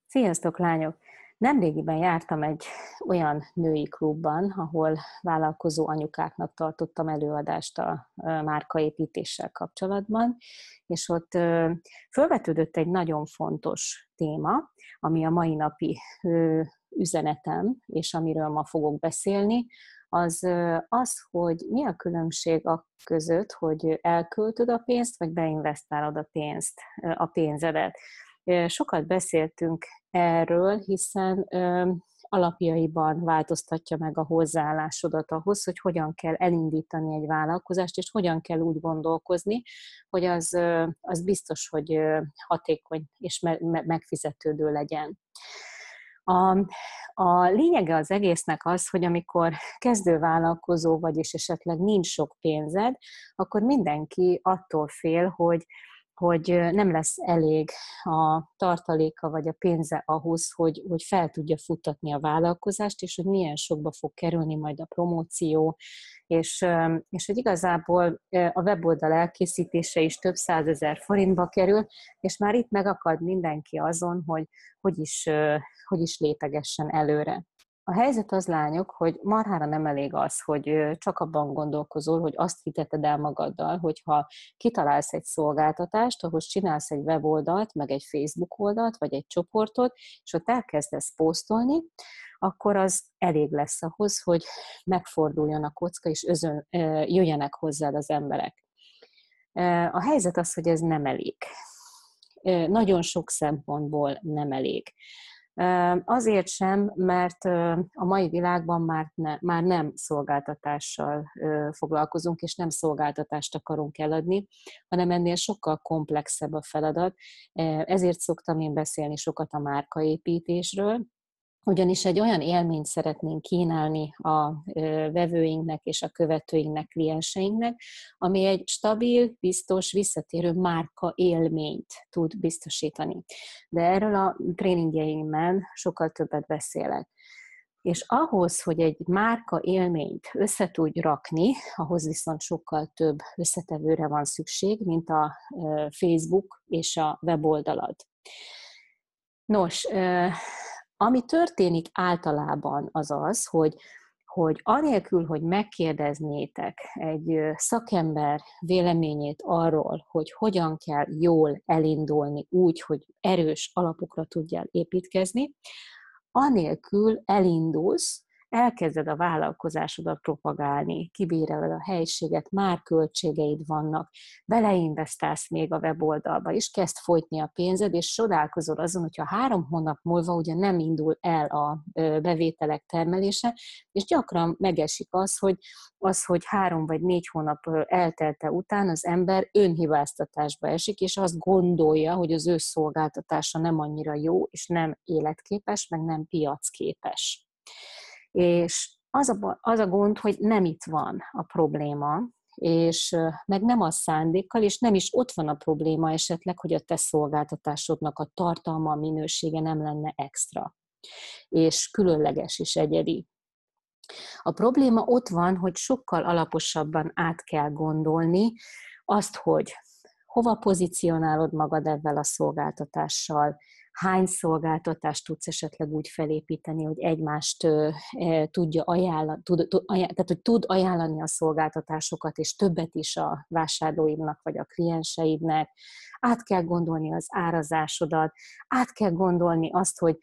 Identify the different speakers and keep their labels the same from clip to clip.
Speaker 1: Sziasztok, lányok! Nemrégiben jártam egy olyan női klubban, ahol vállalkozó anyukáknak tartottam előadást a márkaépítéssel kapcsolatban, és ott felvetődött egy nagyon fontos téma, ami a mai napi üzenetem, és amiről ma fogok beszélni, az, hogy mi a különbség a között, hogy elköltöd a pénzt, vagy beinvestálod a pénzedet. Sokat beszéltünk erről, hiszen alapjaiban változtatja meg a hozzáállásodat ahhoz, hogy hogyan kell elindítani egy vállalkozást, és hogyan kell úgy gondolkozni, hogy az biztos, hogy hatékony és megfizetődő legyen. A lényege az egésznek az, hogy amikor kezdővállalkozó vagy, és esetleg nincs sok pénzed, akkor mindenki attól fél, hogy nem lesz elég a tartaléka vagy a pénze ahhoz, hogy fel tudja futtatni a vállalkozást, és hogy milyen sokba fog kerülni majd a promóció, és hogy igazából a weboldal elkészítése is több 100 000 forintba kerül, és már itt megakad mindenki azon, hogy is lépegessen előre. A helyzet az, lányok, hogy marhára nem elég az, hogy csak abban gondolkozol, hogy azt hiteted el magaddal, hogyha kitalálsz egy szolgáltatást, ahhoz csinálsz egy weboldalt, meg egy Facebook oldalt, vagy egy csoportot, és ott elkezdesz posztolni, akkor az elég lesz ahhoz, hogy megforduljon a kocka, és jöjjenek hozzád az emberek. A helyzet az, hogy ez nem elég. Nagyon sok szempontból nem elég. Azért sem, mert a mai világban már nem szolgáltatással foglalkozunk, és nem szolgáltatást akarunk eladni, hanem ennél sokkal komplexebb a feladat. Ezért szoktam én beszélni sokat a márkaépítésről, ugyanis egy olyan élményt szeretnénk kínálni a vevőinknek és a követőinknek, klienseinknek, ami egy stabil, biztos, visszatérő márka élményt tud biztosítani. De erről a tréningjeimben sokkal többet beszélek. És ahhoz, hogy egy márka élményt össze tudj rakni, ahhoz viszont sokkal több összetevőre van szükség, mint a Facebook és a weboldalad. Nos, ami történik általában az, hogy anélkül, hogy megkérdeznétek egy szakember véleményét arról, hogy hogyan kell jól elindulni úgy, hogy erős alapokra tudjál építkezni, anélkül elindulsz, elkezded a vállalkozásodat propagálni, kibéreled a helyiséget, már költségeid vannak, beleinvestálsz még a weboldalba, és kezd folytni a pénzed, és csodálkozol azon, hogyha 3 hónap múlva ugye nem indul el a bevételek termelése, és gyakran megesik hogy 3 vagy 4 hónap eltelte után az ember önhibáztatásba esik, és azt gondolja, hogy az ő szolgáltatása nem annyira jó, és nem életképes, meg nem piacképes. És az a gond, hogy nem itt van a probléma, és meg nem a szándékkal, és nem is ott van a probléma esetleg, hogy a te szolgáltatásodnak a tartalma, a minősége nem lenne extra, és különleges és egyedi. A probléma ott van, hogy sokkal alaposabban át kell gondolni azt, hogy hova pozícionálod magad ezzel a szolgáltatással, hány szolgáltatást tudsz esetleg úgy felépíteni, hogy egymást tudja ajánlani, tehát hogy tud ajánlani a szolgáltatásokat, és többet is a vásárlóidnak vagy a klienseidnek. Át kell gondolni az árazásodat, át kell gondolni azt, hogy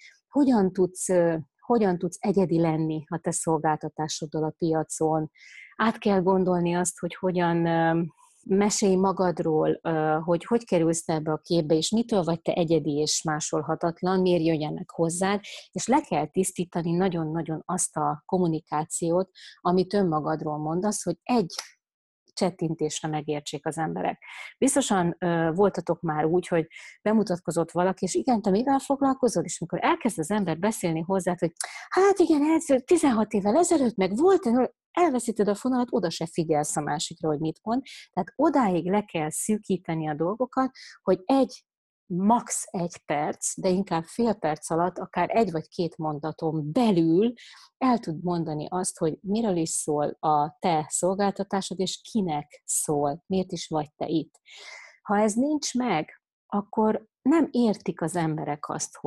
Speaker 1: hogyan tudsz egyedi lenni a te szolgáltatásoddal a piacon. Át kell gondolni azt, hogy hogyan mesélj magadról, hogy kerülsz te ebbe a képbe, és mitől vagy te egyedi és másolhatatlan, miért jöjjenek hozzád, és le kell tisztítani nagyon-nagyon azt a kommunikációt, amit önmagadról mondasz, hogy egy csettintésre megértsék az emberek. Biztosan voltatok már úgy, hogy bemutatkozott valaki, és igen, te mivel foglalkozol? És amikor elkezd az ember beszélni hozzád, hogy hát igen, 16 évvel ezelőtt meg volt, elveszíted a fonalat, oda se figyelsz a másikra, hogy mit mond. Tehát odáig le kell szűkíteni a dolgokat, hogy max. 1 perc, de inkább fél perc alatt, akár 1 vagy 2 mondaton belül el tud mondani azt, hogy miről is szól a te szolgáltatásod, és kinek szól, miért is vagy te itt. Ha ez nincs meg, akkor nem értik az emberek azt,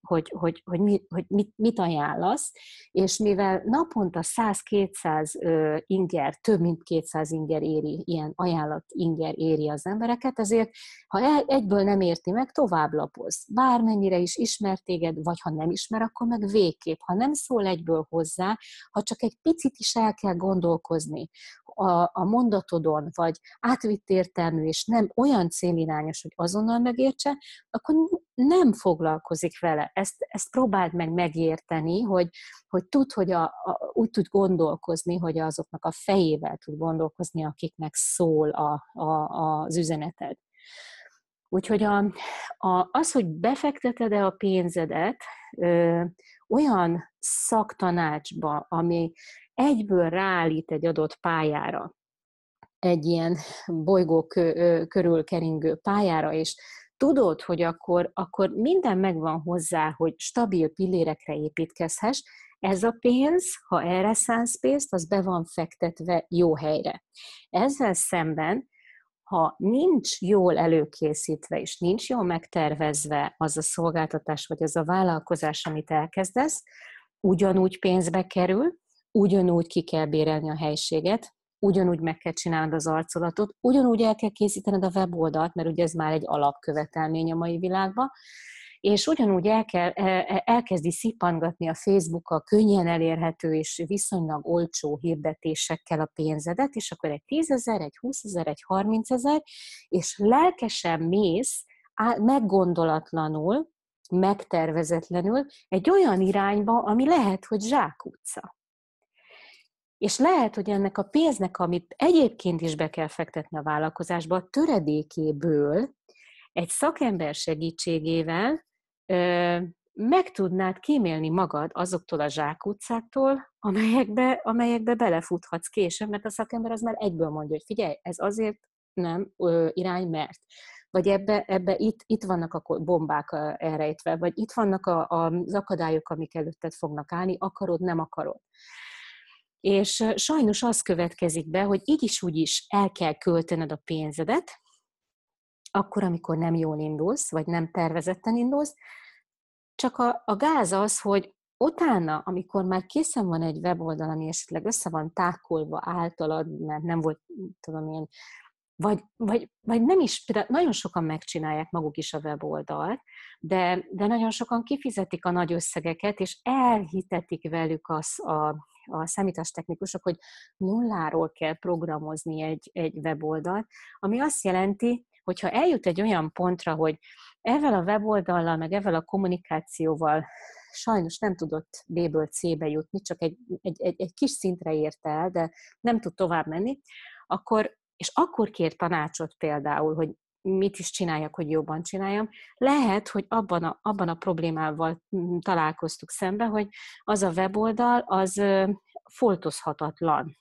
Speaker 1: hogy mit ajánlasz, és mivel naponta 100-200 inger, több mint 200 inger éri, ilyen ajánlat inger éri az embereket, ezért ha egyből nem érti meg, tovább lapoz. Bármennyire is ismer téged, vagy ha nem ismer, akkor meg végképp. Ha nem szól egyből hozzá, ha csak egy picit is el kell gondolkozni a mondatodon, vagy átvitt értelmű, és nem olyan célirányos, hogy azonnal megértse, akkor nem foglalkozik vele. Ezt próbáld meg megérteni, hogy tud, hogy úgy tud gondolkozni, hogy azoknak a fejével tud gondolkozni, akiknek szól az üzeneted. Úgyhogy az, hogy befekteted-e a pénzedet olyan szaktanácsba, ami egyből ráállít egy adott pályára, egy ilyen bolygó körül keringő pályára, és tudod, hogy akkor minden megvan hozzá, hogy stabil pillérekre építkezhess, ez a pénz, ha erre szánsz pénzt, az be van fektetve jó helyre. Ezzel szemben, ha nincs jól előkészítve, és nincs jól megtervezve az a szolgáltatás, vagy az a vállalkozás, amit elkezdesz, ugyanúgy pénzbe kerül, ugyanúgy ki kell bérelni a helységet, ugyanúgy meg kell csinálnod az arcolatot, ugyanúgy el kell készítened a weboldalt, mert ugye ez már egy alapkövetelmény a mai világban, és ugyanúgy elkezdi szippangatni a Facebookkal könnyen elérhető és viszonylag olcsó hirdetésekkel a pénzedet, és akkor egy 10 000, egy 20 000, egy 30 000, és lelkesen mész, meggondolatlanul, megtervezetlenül egy olyan irányba, ami lehet, hogy zsákutca. És lehet, hogy ennek a pénznek, amit egyébként is be kell fektetni a vállalkozásba, a töredékéből egy szakember segítségével meg tudnád kímélni magad azoktól a zsákutcáktól, amelyekbe belefuthatsz később, mert a szakember az már egyből mondja, hogy figyelj, ez azért nem irány, mert. Vagy ebbe itt vannak a bombák elrejtve, vagy itt vannak az akadályok, amik előtted fognak állni, akarod, nem akarod. És sajnos az következik be, hogy így is úgy is el kell költened a pénzedet, akkor, amikor nem jól indulsz, vagy nem tervezetten indulsz, csak a gáz az, hogy utána, amikor már készen van egy weboldal, ami esetleg össze van tákolva általad, mert nem volt, tudom én, vagy nem is, például nagyon sokan megcsinálják maguk is a weboldalt, de nagyon sokan kifizetik a nagy összegeket, és elhitetik velük a számítástechnikusok, hogy nulláról kell programozni egy weboldalt, ami azt jelenti, hogyha eljut egy olyan pontra, hogy ezzel a weboldallal, meg ezzel a kommunikációval sajnos nem tudott B-ből C-be jutni, csak egy kis szintre ért el, de nem tud tovább menni, és akkor kér tanácsot például, hogy mit is csináljak, hogy jobban csináljam. Lehet, hogy abban a problémával találkoztuk szembe, hogy az a weboldal, az foltozhatatlan.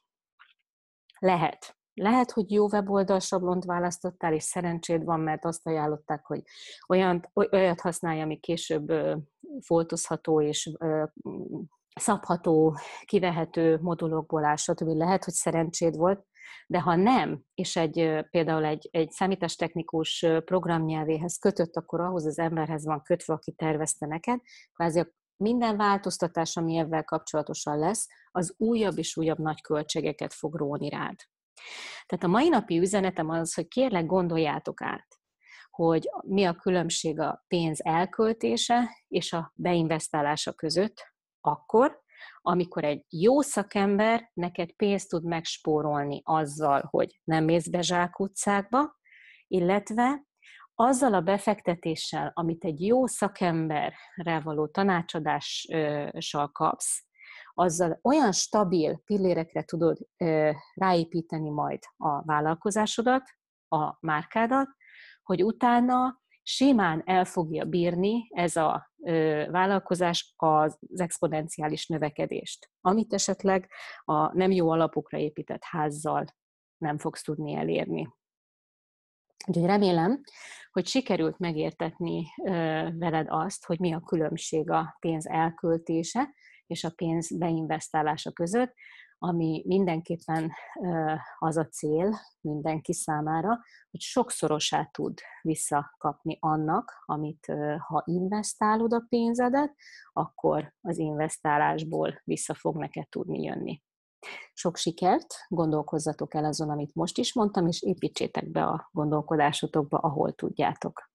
Speaker 1: Lehet, hogy jó weboldal sablont választottál, és szerencséd van, mert azt ajánlották, hogy olyat használja, ami később foltozható és szabható, kivehető modulokból áll, stb. Lehet, hogy szerencséd volt, de ha nem, és például egy számítástechnikus programnyelvéhez kötött, akkor ahhoz az emberhez van kötve, aki tervezte neked, kvázi minden változtatás, ami ebben kapcsolatosan lesz, az újabb és újabb nagy költségeket fog róni rád. Tehát a mai napi üzenetem az, hogy kérlek gondoljátok át, hogy mi a különbség a pénz elköltése és a beinvestálása között akkor, amikor egy jó szakember neked pénzt tud megspórolni azzal, hogy nem mész be zsákutcákba, illetve azzal a befektetéssel, amit egy jó szakemberrel való tanácsadással kapsz, azzal olyan stabil pillérekre tudod ráépíteni majd a vállalkozásodat, a márkádat, hogy utána simán el fogja bírni ez a vállalkozás az exponenciális növekedést, amit esetleg a nem jó alapokra épített házzal nem fogsz tudni elérni. Úgyhogy remélem, hogy sikerült megértetni veled azt, hogy mi a különbség a pénz elköltése és a pénz beinvestálása között. ami mindenképpen az a cél mindenki számára, hogy sokszorosát tud visszakapni annak, amit ha investálod a pénzedet, akkor az investálásból vissza fog neked tudni jönni. Sok sikert, gondolkozzatok el azon, amit most is mondtam, és építsétek be a gondolkodásotokba, ahol tudjátok.